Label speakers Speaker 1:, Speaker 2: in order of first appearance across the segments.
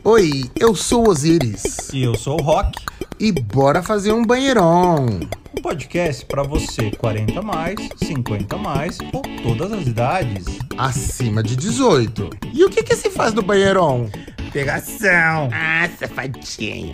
Speaker 1: Oi, eu sou o Osiris.
Speaker 2: E eu sou o Rock.
Speaker 1: E bora fazer um banheirão.
Speaker 2: Um podcast pra você 40 mais, 50 mais ou todas as idades.
Speaker 1: Acima de 18. E o que se faz no banheirão?
Speaker 2: Pegação.
Speaker 1: Ah, safadinho.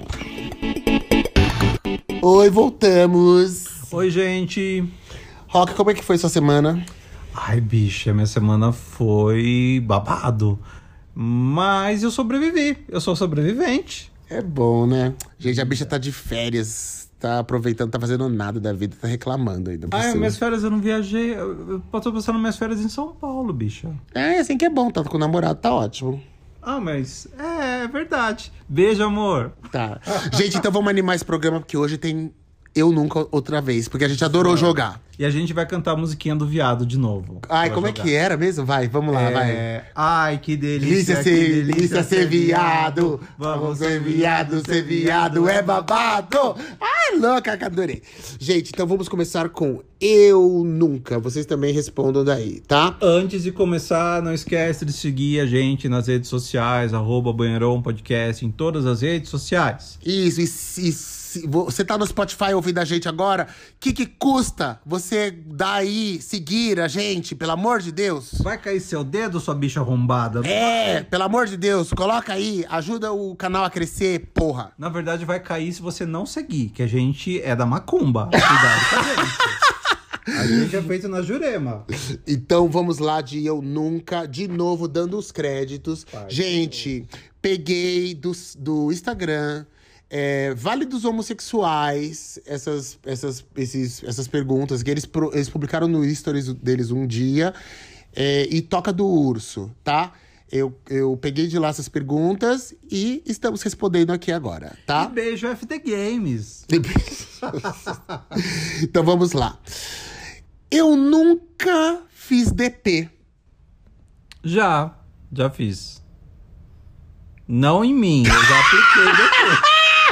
Speaker 1: Oi, voltamos.
Speaker 2: Oi, gente.
Speaker 1: Rock, como é que foi sua semana?
Speaker 2: Ai, bicha, minha semana foi babado. Mas eu sobrevivi. Eu sou sobrevivente.
Speaker 1: É bom, né? Gente, a bicha tá de férias, tá aproveitando, tá fazendo nada da vida, tá reclamando ainda.
Speaker 2: Ai, minhas férias eu não viajei. Eu tô passando minhas férias em São Paulo, bicha.
Speaker 1: É, assim que é bom, tá com o namorado, tá ótimo.
Speaker 2: Ah, mas é verdade. Beijo, amor.
Speaker 1: Tá. Gente, então vamos animar esse programa, porque hoje tem Eu Nunca Outra Vez, porque a gente adorou jogar.
Speaker 2: E a gente vai cantar a musiquinha do viado de novo.
Speaker 1: Ai, como
Speaker 2: jogar.
Speaker 1: é que era mesmo? Vai, vamos lá, vai.
Speaker 2: Ai, que delícia, que delícia
Speaker 1: ser viado. Vamos ser viado é babado. Ai, louca, que adorei. Gente, então vamos começar com Eu Nunca. Vocês também respondam daí, tá?
Speaker 2: Antes de começar, não esquece de seguir a gente nas redes sociais, @Banheirão Podcast, em todas as redes sociais.
Speaker 1: Isso, e se você tá no Spotify ouvindo a gente agora, o que custa você dar aí, seguir a gente, pelo amor de Deus?
Speaker 2: Vai cair seu dedo, sua bicha arrombada?
Speaker 1: É, pelo amor de Deus, coloca aí, ajuda o canal a crescer, porra.
Speaker 2: Na verdade, vai cair se você não seguir, que a gente é da macumba. Cuidado com a gente. A gente é feito na Jurema.
Speaker 1: Então vamos lá de Eu Nunca, de novo dando os créditos. Gente, peguei do Instagram, Vale dos Homossexuais, essas perguntas que eles publicaram no stories deles um dia, e Toca do Urso, tá? Eu peguei de lá essas perguntas e estamos respondendo aqui agora, tá?
Speaker 2: E beijo FT Games.
Speaker 1: Então vamos lá. Eu nunca fiz DP.
Speaker 2: Já fiz. Não em mim, eu já apliquei DP.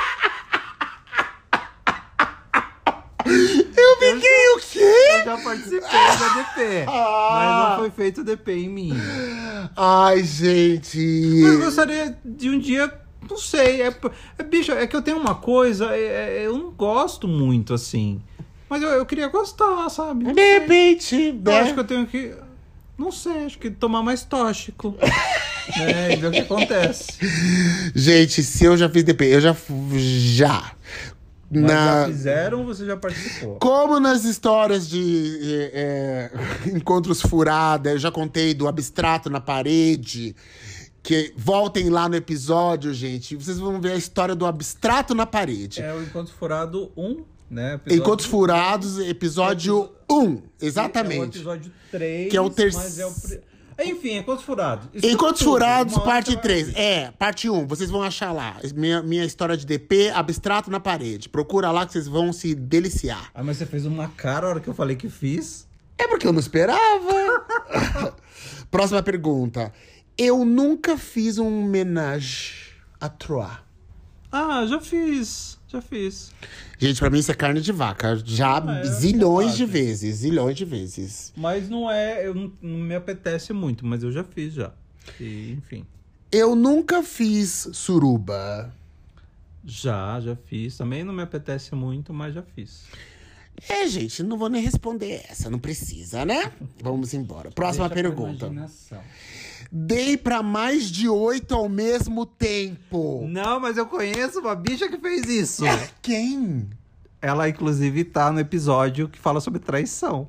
Speaker 1: Eu fiquei o quê?
Speaker 2: Eu já participei da DP, mas não foi feito DP em mim.
Speaker 1: Ai, gente.
Speaker 2: Eu gostaria de um dia, não sei, bicho, é que eu tenho uma coisa, eu não gosto muito, assim. Mas eu queria gostar, sabe?
Speaker 1: De repente,
Speaker 2: Eu acho que eu tenho que, não sei, acho que tomar mais tóxico. E ver o que acontece.
Speaker 1: Gente, se eu já fiz DP, eu já.
Speaker 2: Mas já fizeram ou você já participou?
Speaker 1: Como nas histórias de Encontros Furada, eu já contei do abstrato na parede. Que voltem lá no episódio, gente. Vocês vão ver a história do abstrato na parede.
Speaker 2: É o Encontro Furado 1, né?
Speaker 1: Encontros Furados, episódio 1. Exatamente.
Speaker 2: É o episódio 3.
Speaker 1: Que é o terceiro.
Speaker 2: Enfim, Encontros Furados.
Speaker 1: Encontros Furados, parte 3. Parte 1. Vocês vão achar lá. Minha história de DP, abstrato na parede. Procura lá que vocês vão se deliciar.
Speaker 2: Ah, mas você fez uma cara a hora que eu falei que fiz?
Speaker 1: É porque eu não esperava. Próxima pergunta. Eu nunca fiz um ménage à trois.
Speaker 2: Ah, já fiz.
Speaker 1: Gente, pra mim isso é carne de vaca. Zilhões de vezes.
Speaker 2: Mas não me apetece muito, mas eu já fiz já. E, enfim.
Speaker 1: Eu nunca fiz suruba.
Speaker 2: Já fiz. Também não me apetece muito, mas já fiz.
Speaker 1: Gente, não vou nem responder essa. Não precisa, né? Vamos embora. Próxima pergunta. Dei pra mais de 8 ao mesmo tempo.
Speaker 2: Não, mas eu conheço uma bicha que fez isso.
Speaker 1: Quem?
Speaker 2: Ela, inclusive, tá no episódio que fala sobre traição.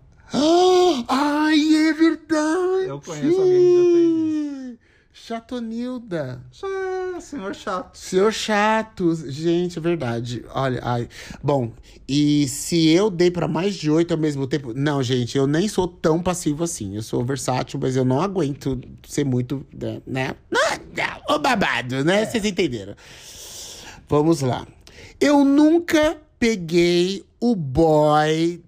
Speaker 1: Ai, é verdade.
Speaker 2: Eu conheço alguém que já fez isso.
Speaker 1: Chatonilda.
Speaker 2: Senhor chato.
Speaker 1: Senhor chato. Gente, é verdade. Olha, ai. Bom, e se eu dei pra mais de 8 ao mesmo tempo... Não, gente, eu nem sou tão passivo assim. Eu sou versátil, mas eu não aguento ser muito, né? O babado, né? Vocês entenderam. Vamos lá. Eu nunca peguei o boy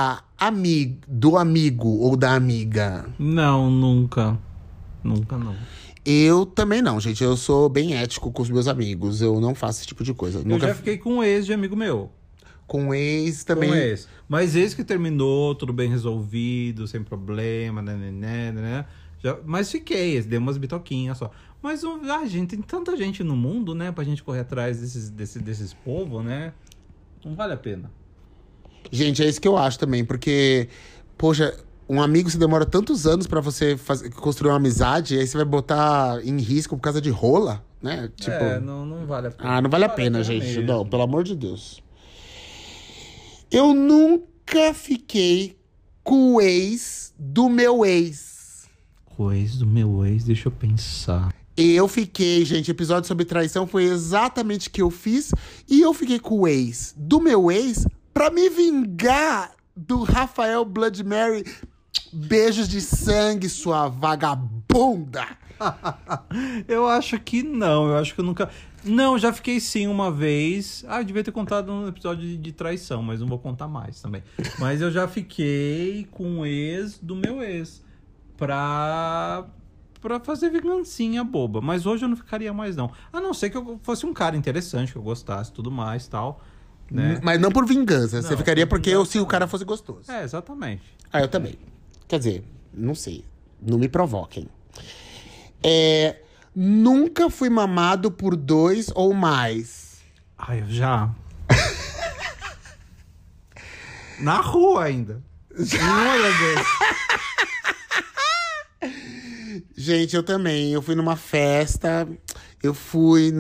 Speaker 1: do amigo ou da amiga.
Speaker 2: Não, nunca. Nunca não.
Speaker 1: Eu também não, gente. Eu sou bem ético com os meus amigos. Eu não faço esse tipo de coisa.
Speaker 2: Eu já fiquei com um ex de amigo meu.
Speaker 1: Com ex também.
Speaker 2: Com ex. Mas ex que terminou, tudo bem resolvido, sem problema, né? Mas fiquei, dei umas bitoquinhas só. Mas, gente, tem tanta gente no mundo, né? Pra gente correr atrás desses povos, né? Não vale a pena.
Speaker 1: Gente, é isso que eu acho também, porque, poxa, um amigo se demora tantos anos pra você construir uma amizade, aí você vai botar em risco por causa de rola, né? Tipo,
Speaker 2: não vale a pena.
Speaker 1: Ah, não vale a pena, gente.
Speaker 2: mesmo.
Speaker 1: Não, pelo amor de Deus. Eu nunca fiquei com o ex do meu ex.
Speaker 2: O ex do meu ex, deixa eu pensar.
Speaker 1: Eu fiquei, gente, episódio sobre traição foi exatamente o que eu fiz. E eu fiquei com o ex do meu ex pra me vingar do Rafael Blood Mary. Beijos de sangue, sua vagabunda.
Speaker 2: Eu acho que não, eu acho que eu nunca... Não, já fiquei sim uma vez. Eu devia ter contado no episódio de traição, mas não vou contar mais também. Mas eu já fiquei com o ex do meu ex pra fazer vingancinha boba. Mas hoje eu não ficaria mais, não. A não ser que eu fosse um cara interessante, que eu gostasse, tudo mais, tal, né?
Speaker 1: Mas não por vingança.
Speaker 2: Não,
Speaker 1: você ficaria
Speaker 2: por
Speaker 1: porque
Speaker 2: vingança
Speaker 1: se o
Speaker 2: não.
Speaker 1: cara fosse gostoso.
Speaker 2: Exatamente.
Speaker 1: Eu também. Quer dizer, não sei. Não me provoquem. Nunca fui mamado por 2 ou mais.
Speaker 2: Eu já. Na rua ainda. Nenhuma das vezes.
Speaker 1: Gente, eu também. Eu fui numa festa. Eu fui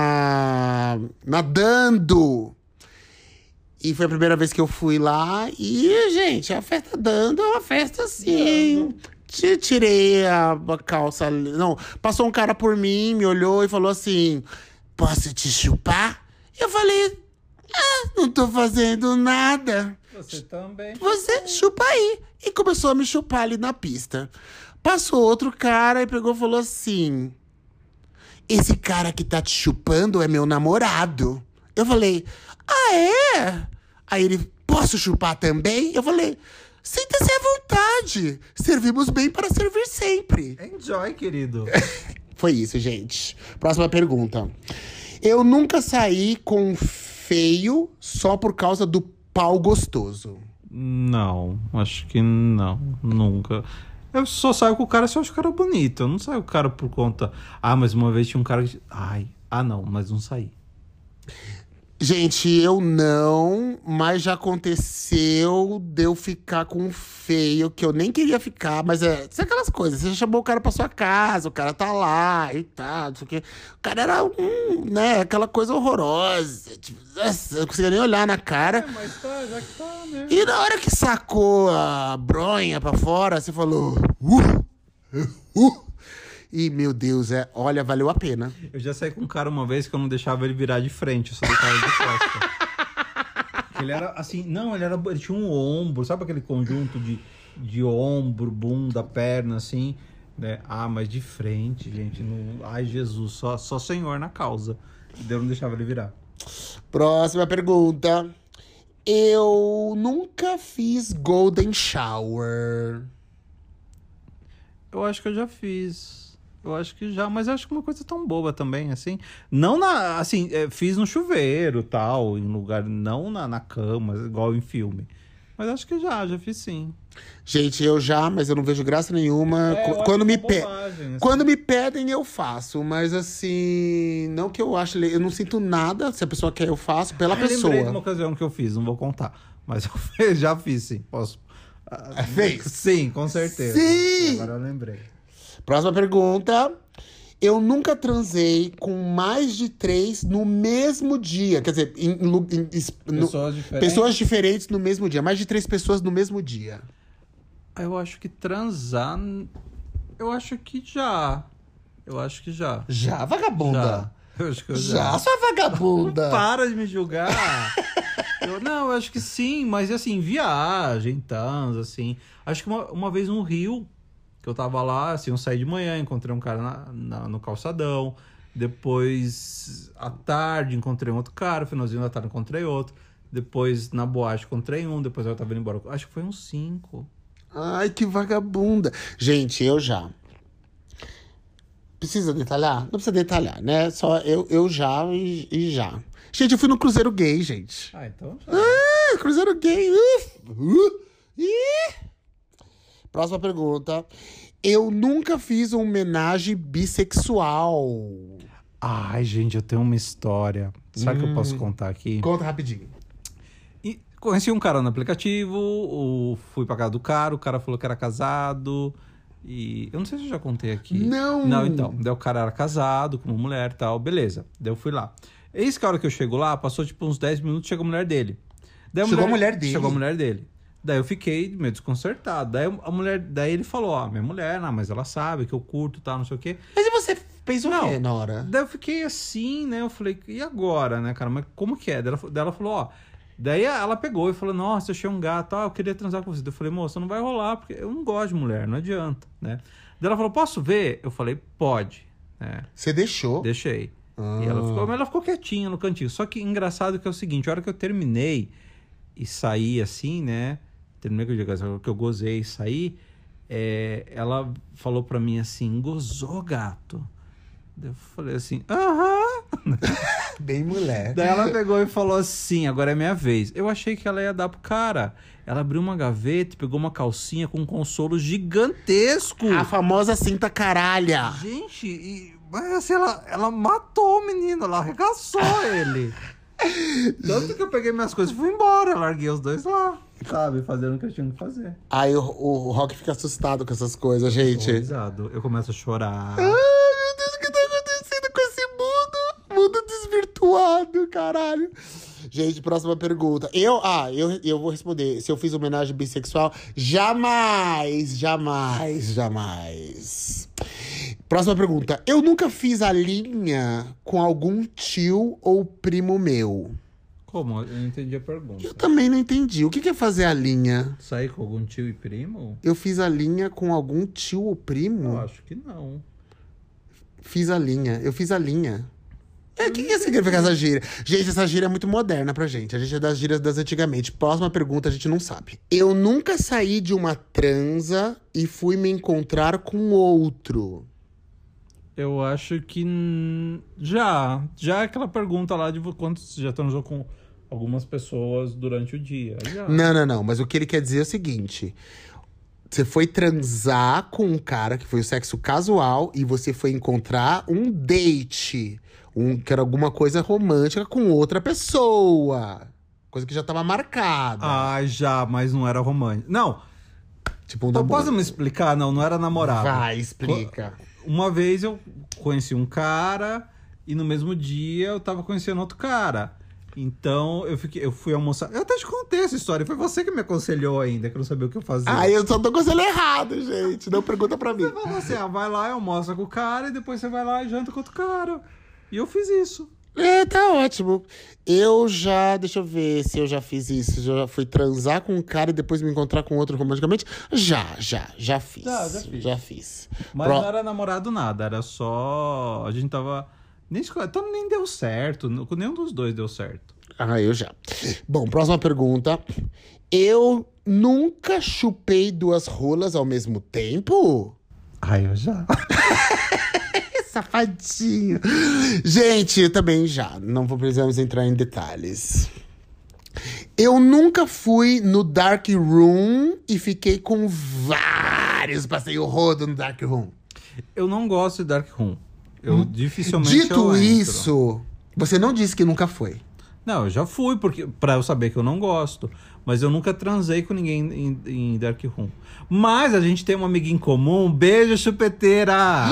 Speaker 1: nadando. E foi a primeira vez que eu fui lá. E, gente, a festa dando é uma festa assim. Tirei a calça. Não, passou um cara por mim, me olhou e falou assim: posso te chupar? Eu falei: não tô fazendo nada.
Speaker 2: Você também.
Speaker 1: Você chupa aí. E começou a me chupar ali na pista. Passou outro cara e pegou e falou assim: esse cara que tá te chupando é meu namorado. Eu falei: é? Aí ele: posso chupar também? Eu falei: sinta-se à vontade. Servimos bem para servir sempre.
Speaker 2: Enjoy, querido.
Speaker 1: Foi isso, gente. Próxima pergunta. Eu nunca saí com feio só por causa do pau gostoso.
Speaker 2: Não, acho que não. Nunca. Eu só saio com o cara se eu acho o cara bonito. Eu não saio com o cara por conta... mas uma vez tinha um cara que... não, mas não saí.
Speaker 1: Gente, eu não, mas já aconteceu de eu ficar com um feio que eu nem queria ficar, mas sabe aquelas coisas, você já chamou o cara pra sua casa, o cara tá lá e tal, não sei o quê. O cara era aquela coisa horrorosa, tipo, eu não conseguia nem olhar na cara.
Speaker 2: Mas tá, já que tá, né?
Speaker 1: E na hora que sacou a bronha pra fora, você falou... E, meu Deus, olha, valeu a pena.
Speaker 2: Eu já saí com um cara uma vez que eu não deixava ele virar de frente, eu só deixava de costa. Ele era assim, ele tinha um ombro, sabe aquele conjunto de ombro, bunda, perna, assim, né? Mas de frente, gente, não... Ai, Jesus, só Senhor na causa. Eu não deixava ele virar.
Speaker 1: Próxima pergunta. Eu nunca fiz golden shower.
Speaker 2: Eu acho que eu já fiz. Eu acho que já, mas eu acho que uma coisa tão boba também, assim. Não fiz no chuveiro, tal, em lugar, não na cama, igual em filme. Mas acho que já fiz sim.
Speaker 1: Gente, mas eu não vejo graça nenhuma. Quando me pedem, eu faço. Mas assim, não que eu ache... Eu não sinto nada. Se a pessoa quer, eu faço pela pessoa.
Speaker 2: Eu lembrei de uma ocasião que eu fiz, não vou contar. Mas eu já fiz, sim. Posso...
Speaker 1: Fez?
Speaker 2: Sim, com certeza.
Speaker 1: Sim!
Speaker 2: Agora eu lembrei.
Speaker 1: Próxima pergunta. Eu nunca transei com mais de 3 no mesmo dia. Quer dizer, pessoas diferentes no mesmo dia. Mais de 3 pessoas no mesmo dia.
Speaker 2: Eu acho que transar... Eu acho que já.
Speaker 1: Já, vagabunda?
Speaker 2: Eu acho que eu já.
Speaker 1: Sua vagabunda!
Speaker 2: Para de me julgar! Eu acho que sim, mas assim, viagem, trans, assim. Acho que uma vez no Rio... que eu tava lá, assim, eu saí de manhã, encontrei um cara no calçadão. Depois, à tarde, encontrei um outro cara. Finalzinho da tarde, encontrei outro. Depois, na boate, encontrei um. Depois, eu tava indo embora. Acho que foi uns 5.
Speaker 1: Ai, que vagabunda. Gente, eu já. Precisa detalhar? Não precisa detalhar, né? Só eu já e já. Gente, eu fui no Cruzeiro Gay, gente.
Speaker 2: Então já.
Speaker 1: Cruzeiro Gay. Próxima pergunta. Eu nunca fiz uma homenagem bissexual.
Speaker 2: Ai, gente, eu tenho uma história. Será que eu posso contar aqui?
Speaker 1: Conta rapidinho.
Speaker 2: E conheci um cara no aplicativo, fui pra casa do cara, o cara falou que era casado. E eu não sei se eu já contei aqui.
Speaker 1: Não!
Speaker 2: Não, então. Daí o cara era casado com uma mulher e tal, beleza. Daí eu fui lá. Eis que a hora que eu chego lá, passou tipo uns 10 minutos, chegou a mulher dele. Daí
Speaker 1: Chegou a mulher dele?
Speaker 2: Chegou a mulher dele. Daí eu fiquei meio desconcertado. Daí ele falou, ó, minha mulher, não, mas ela sabe que eu curto e tal, não sei o quê.
Speaker 1: Mas e você pensou o quê na hora?
Speaker 2: Daí eu fiquei assim, né? Eu falei, e agora, né, cara? Mas como que é? Daí ela falou, ó. Daí ela pegou e falou, nossa, eu achei um gato, eu queria transar com você. Daí eu falei, moça, não vai rolar, porque eu não gosto de mulher, não adianta, né? Daí ela falou, posso ver? Eu falei, pode.
Speaker 1: Você deixou?
Speaker 2: Deixei. E ela ficou quietinha no cantinho. Só que engraçado que é o seguinte, a hora que eu terminei e saí assim, né? Terminei que eu gozei e saí, ela falou pra mim assim, gozou, gato? Daí eu falei assim, aham.
Speaker 1: Bem mulher.
Speaker 2: Daí ela pegou e falou assim, agora é minha vez. Eu achei que ela ia dar pro cara. Ela abriu uma gaveta e pegou uma calcinha com um consolo gigantesco.
Speaker 1: A famosa cinta caralha.
Speaker 2: Gente, mas assim, ela matou o menino, ela arregaçou ele. Tanto que eu peguei minhas coisas e fui embora. Larguei os dois lá, sabe? Fazendo o que eu tinha que fazer.
Speaker 1: Aí o Rock fica assustado com essas coisas, gente.
Speaker 2: Horrorizado. Eu começo a chorar.
Speaker 1: Ai, meu Deus, o que tá acontecendo com esse mundo? Mundo desvirtuado, caralho. Gente, próxima pergunta. Eu vou responder. Se eu fiz homenagem bissexual, jamais. Próxima pergunta. Eu nunca fiz a linha com algum tio ou primo meu.
Speaker 2: Como? Eu não entendi a pergunta.
Speaker 1: Eu também não entendi. O que é fazer a linha?
Speaker 2: Sair com algum tio e primo?
Speaker 1: Eu fiz a linha com algum tio ou primo?
Speaker 2: Eu acho que não.
Speaker 1: Eu fiz a linha. O que significa essa gíria? Gente, essa gíria é muito moderna pra gente. A gente é das gírias das antigamente. Próxima pergunta, a gente não sabe. Eu nunca saí de uma transa e fui me encontrar com outro.
Speaker 2: Eu acho que já. Já é aquela pergunta lá de quanto você já transou com algumas pessoas durante o dia. Já.
Speaker 1: Não. Mas o que ele quer dizer é o seguinte. Você foi transar com um cara que foi o sexo casual e você foi encontrar um date. Que era alguma coisa romântica com outra pessoa. Coisa que já tava marcada.
Speaker 2: Ah, já, mas não era romântico. Não.
Speaker 1: Tipo um
Speaker 2: Então,
Speaker 1: namoro.
Speaker 2: posso me explicar? Não era namorado.
Speaker 1: Vai, explica.
Speaker 2: Uma vez eu conheci um cara e no mesmo dia eu tava conhecendo outro cara. Então eu fui almoçar. Eu até te contei essa história. Foi você que me aconselhou ainda, que eu não sabia o que eu fazia.
Speaker 1: Eu só tô com ele errado, gente. Não pergunta pra mim.
Speaker 2: Você falou assim, vai lá e almoça com o cara e depois você vai lá e janta com outro cara. E eu fiz isso.
Speaker 1: Tá ótimo. Deixa eu ver se eu já fiz isso. Já fui transar com um cara e depois me encontrar com outro romanticamente? Já fiz. Já fiz.
Speaker 2: Mas não era namorado nada, era só... A gente tava... Então nem deu certo, nenhum dos dois deu certo.
Speaker 1: Eu já. Bom, próxima pergunta. Eu nunca chupei duas rolas ao mesmo tempo?
Speaker 2: Eu já.
Speaker 1: Safadinho. Gente, eu também já. Não precisamos entrar em detalhes. Eu nunca fui no Dark Room e fiquei com vários. Passei o rodo no Dark Room.
Speaker 2: Eu não gosto de Dark Room. Eu dificilmente
Speaker 1: Dito isso, você não disse que nunca foi.
Speaker 2: Não, eu já fui pra eu saber que eu não gosto. Mas eu nunca transei com ninguém em Dark Room. Mas a gente tem uma amiga em comum. Beijo, chupeteira!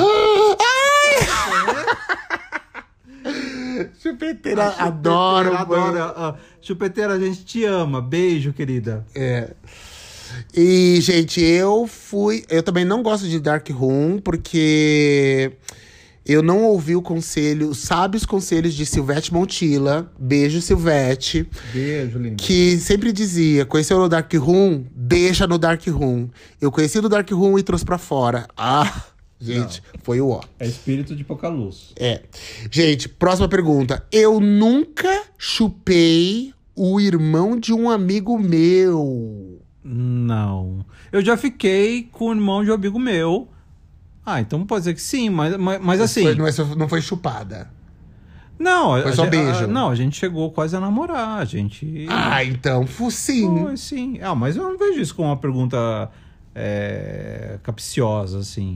Speaker 1: Chupeteira, adoro.
Speaker 2: Chupeteira, a gente te ama. Beijo, querida.
Speaker 1: E, gente, eu também não gosto de Dark Room, porque eu não ouvi os sábios conselhos de Silvete Montilla. Beijo, Silvete.
Speaker 2: Beijo, linda.
Speaker 1: Que sempre dizia, conheceu no Dark Room? Deixa no Dark Room. Eu conheci no Dark Room e trouxe pra fora. Gente, foi o ó.
Speaker 2: É espírito de pouca luz.
Speaker 1: Gente, próxima pergunta. Eu nunca chupei o irmão de um amigo meu.
Speaker 2: Não. Eu já fiquei com o irmão de um amigo meu. Então pode dizer que sim, mas assim...
Speaker 1: Não foi chupada.
Speaker 2: Não.
Speaker 1: Foi só beijo.
Speaker 2: Não, a gente chegou quase a namorar. A gente...
Speaker 1: Então, sim.
Speaker 2: Foi, sim. Mas eu não vejo isso como uma pergunta capciosa, assim.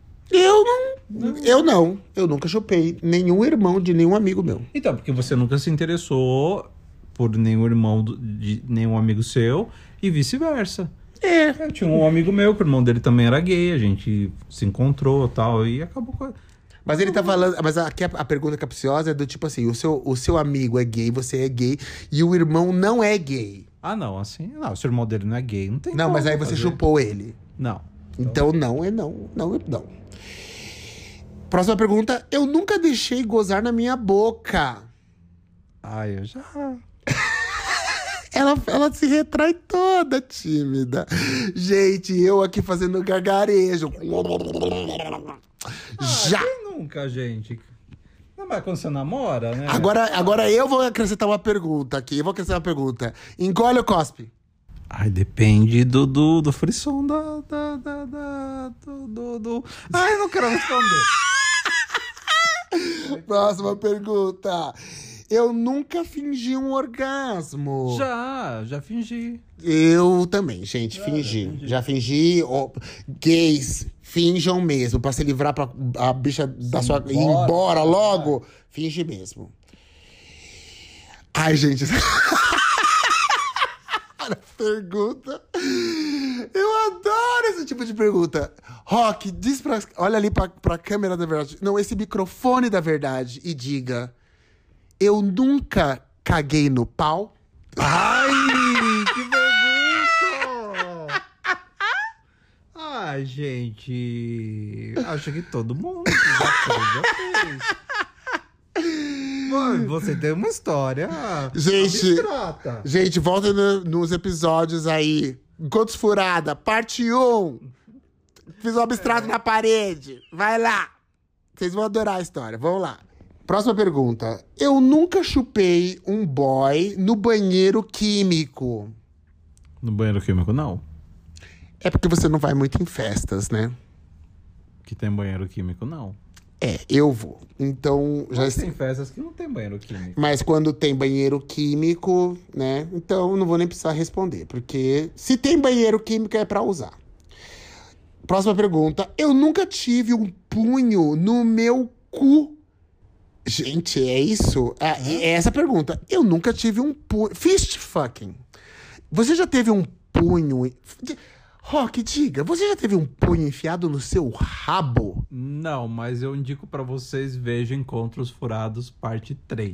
Speaker 1: Eu não. Eu nunca chupei nenhum irmão de nenhum amigo meu.
Speaker 2: Então, porque você nunca se interessou por nenhum irmão de nenhum amigo seu e vice-versa. Eu tinha um amigo meu que o irmão dele também era gay, a gente se encontrou e tal, e acabou com...
Speaker 1: Mas ele tá falando. Mas aqui a pergunta capciosa é do tipo assim: o seu amigo é gay, você é gay, e o irmão não é gay.
Speaker 2: Ah, não, assim... Não, se o irmão dele não é gay, não tem
Speaker 1: Não,
Speaker 2: como
Speaker 1: mas aí você
Speaker 2: fazer.
Speaker 1: chupou ele.
Speaker 2: Não.
Speaker 1: Então não é não. Não é não. Próxima pergunta. Eu nunca deixei gozar na minha boca.
Speaker 2: Ai, eu já...
Speaker 1: Ela se retrai toda tímida. Gente, eu aqui fazendo gargarejo. Já!
Speaker 2: Quem nunca, gente? Não, mas quando você namora, né?
Speaker 1: Agora eu vou acrescentar uma pergunta aqui. Eu vou acrescentar uma pergunta. Engole ou cospe?
Speaker 2: Ai, depende do frisson Ai, não quero responder.
Speaker 1: Próxima pergunta. Eu nunca fingi um orgasmo.
Speaker 2: Já fingi.
Speaker 1: Eu também, gente, fingi. Já fingi. Gays, finjam mesmo. Pra se livrar pra a bicha da sua... ir embora logo. Finge mesmo. Ai, gente. Pergunta. Eu adoro esse tipo de pergunta. Rock, diz pra... Olha ali pra câmera da verdade. Não, esse microfone da verdade. E diga... Eu nunca caguei no pau.
Speaker 2: Ai, que pergunta! Ai, gente... Acho que todo mundo já fez. Mano, você tem uma história abstrata.
Speaker 1: Gente, volta nos episódios aí. Contos Furada, parte 1. Fiz um abstrato na parede. Vai lá. Vocês vão adorar a história. Vamos lá. Próxima pergunta. Eu nunca chupei um boy no banheiro químico.
Speaker 2: No banheiro químico, não.
Speaker 1: É porque você não vai muito em festas, né?
Speaker 2: Que tem banheiro químico, não.
Speaker 1: Eu vou. Então,
Speaker 2: Mas tem festas que não tem banheiro químico.
Speaker 1: Mas quando tem banheiro químico, né? Então não vou nem precisar responder. Porque se tem banheiro químico é pra usar. Próxima pergunta. Eu nunca tive um punho no meu cu. Gente, é isso? É essa a pergunta. Eu nunca tive um punho... Fist fucking. Você já teve um punho... Rock, diga, você já teve um punho enfiado no seu rabo?
Speaker 2: Não, mas eu indico pra vocês vejam Encontros Furados, parte 3.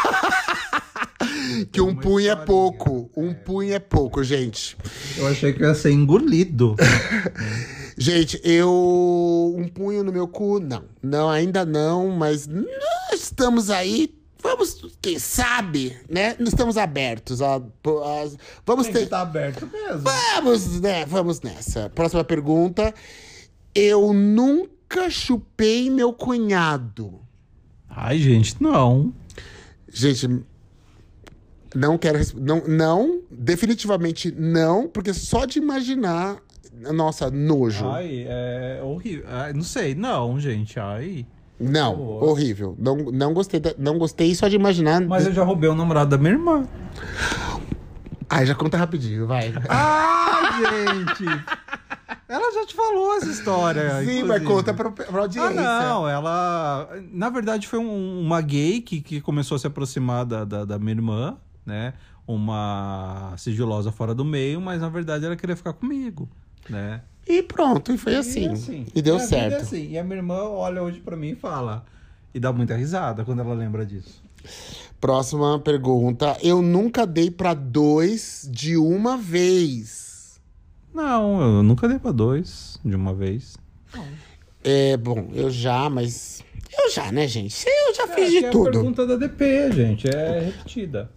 Speaker 1: Que um punho é pouco. Um punho é pouco, gente.
Speaker 2: Eu achei que ia ser engolido.
Speaker 1: Gente, um punho no meu cu, não. Não, ainda não, mas nós estamos aí. Vamos, quem sabe, né? Nós estamos abertos. Vamos
Speaker 2: Tem
Speaker 1: ter.
Speaker 2: que estar aberto mesmo.
Speaker 1: Vamos, né? Vamos nessa. Próxima pergunta. Eu nunca chupei meu cunhado.
Speaker 2: Ai, gente, não.
Speaker 1: Gente, não quero. Não, definitivamente não, porque só de imaginar. Nossa, nojo.
Speaker 2: Ai, é horrível. Ai, não sei, não, gente. Ai.
Speaker 1: Não, horrível. Não gostei, não gostei só de imaginar.
Speaker 2: Mas eu já roubei o namorado da minha irmã.
Speaker 1: Ai, já conta rapidinho, vai.
Speaker 2: Ai, gente. Ela já te falou essa história.
Speaker 1: Sim,
Speaker 2: inclusive.
Speaker 1: mas conta pra audiência.
Speaker 2: Não, ela... Na verdade, foi uma gay que começou a se aproximar da minha irmã, né? Uma sigilosa fora do meio, mas na verdade ela queria ficar comigo, né?
Speaker 1: E pronto, e foi assim. E deu certo.
Speaker 2: Assim. E a minha irmã olha hoje pra mim e fala... E dá muita risada quando ela lembra disso.
Speaker 1: Próxima pergunta. Eu nunca dei pra 2 de uma vez.
Speaker 2: Não, eu nunca dei pra 2 de uma vez. Não.
Speaker 1: Bom, eu já, mas... Eu já, né, gente? Eu já fiz de tudo.
Speaker 2: É a pergunta da DP, gente. É repetida.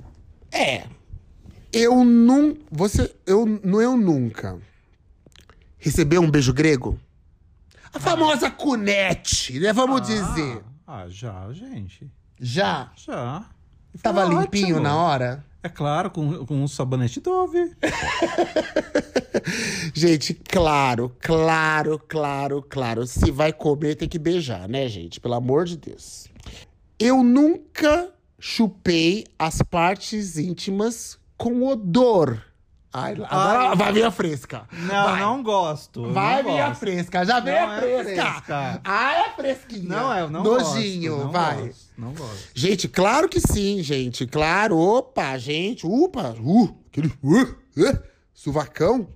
Speaker 1: Eu não... Eu nunca... Recebeu um beijo grego? A famosa cunete, né? Vamos dizer.
Speaker 2: Já, gente.
Speaker 1: Já?
Speaker 2: Já.
Speaker 1: Tava
Speaker 2: Foi
Speaker 1: limpinho
Speaker 2: ótimo.
Speaker 1: na hora?
Speaker 2: É claro, com um sabonete Dove.
Speaker 1: Gente, claro. Se vai comer, tem que beijar, né, gente? Pelo amor de Deus. Eu nunca chupei as partes íntimas com odor. Ai, agora vai vir a fresca.
Speaker 2: Não, não gosto.
Speaker 1: Vai
Speaker 2: não
Speaker 1: vir a
Speaker 2: gosto.
Speaker 1: fresca. Já vem
Speaker 2: Não
Speaker 1: a
Speaker 2: é
Speaker 1: fresca.
Speaker 2: fresca.
Speaker 1: Ai, a fresquinha.
Speaker 2: Não
Speaker 1: Nojinho,
Speaker 2: gosto, não
Speaker 1: vai.
Speaker 2: Gosto, não gosto.
Speaker 1: Gente, claro que sim, gente. Claro. Opa, gente. Aquele suvacão.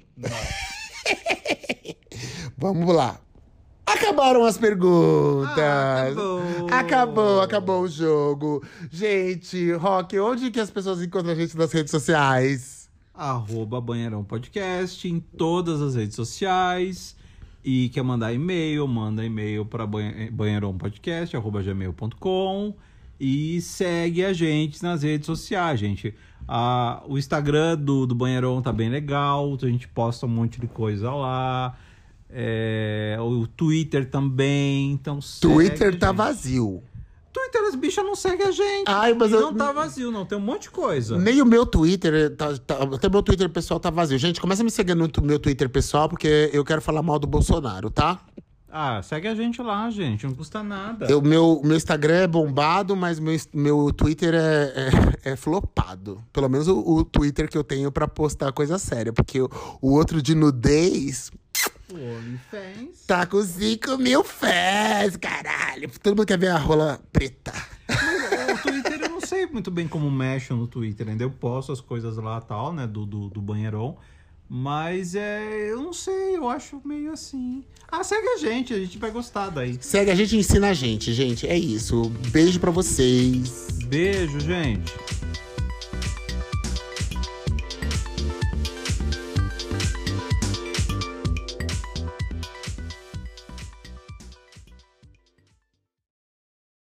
Speaker 1: Vamos lá. Acabaram as perguntas. Acabou o jogo. Gente, Rock, onde que as pessoas encontram a gente nas redes sociais?
Speaker 2: @Banheirão Podcast em todas as redes sociais. E quer mandar e-mail, manda e-mail para banheirãopodcast@gmail.com. E segue a gente nas redes sociais, gente. O Instagram do Banheirão tá bem legal, a gente posta um monte de coisa lá. O Twitter também, então segue.
Speaker 1: Twitter tá vazio.
Speaker 2: Twitter, as bichas não seguem a gente.
Speaker 1: Ai, mas
Speaker 2: não tá vazio, não. Tem um monte de coisa.
Speaker 1: Nem o meu Twitter, até o meu Twitter pessoal tá vazio. Gente, começa a me seguir no meu Twitter pessoal, porque eu quero falar mal do Bolsonaro, tá?
Speaker 2: Segue a gente lá, gente. Não custa nada.
Speaker 1: Meu Instagram é bombado, mas meu Twitter é flopado. Pelo menos o Twitter que eu tenho pra postar coisa séria. Porque o outro de nudez...
Speaker 2: OnlyFans.
Speaker 1: Tá com 5 mil fãs, caralho. Todo mundo quer ver a rola preta.
Speaker 2: O Twitter, eu não sei muito bem como mexo no Twitter ainda. Eu posto as coisas lá e tal, né? Do Banheirão. Mas eu não sei, eu acho meio assim. Segue a gente vai gostar daí.
Speaker 1: Segue a gente e ensina a gente, gente. É isso. Beijo pra vocês.
Speaker 2: Beijo, gente.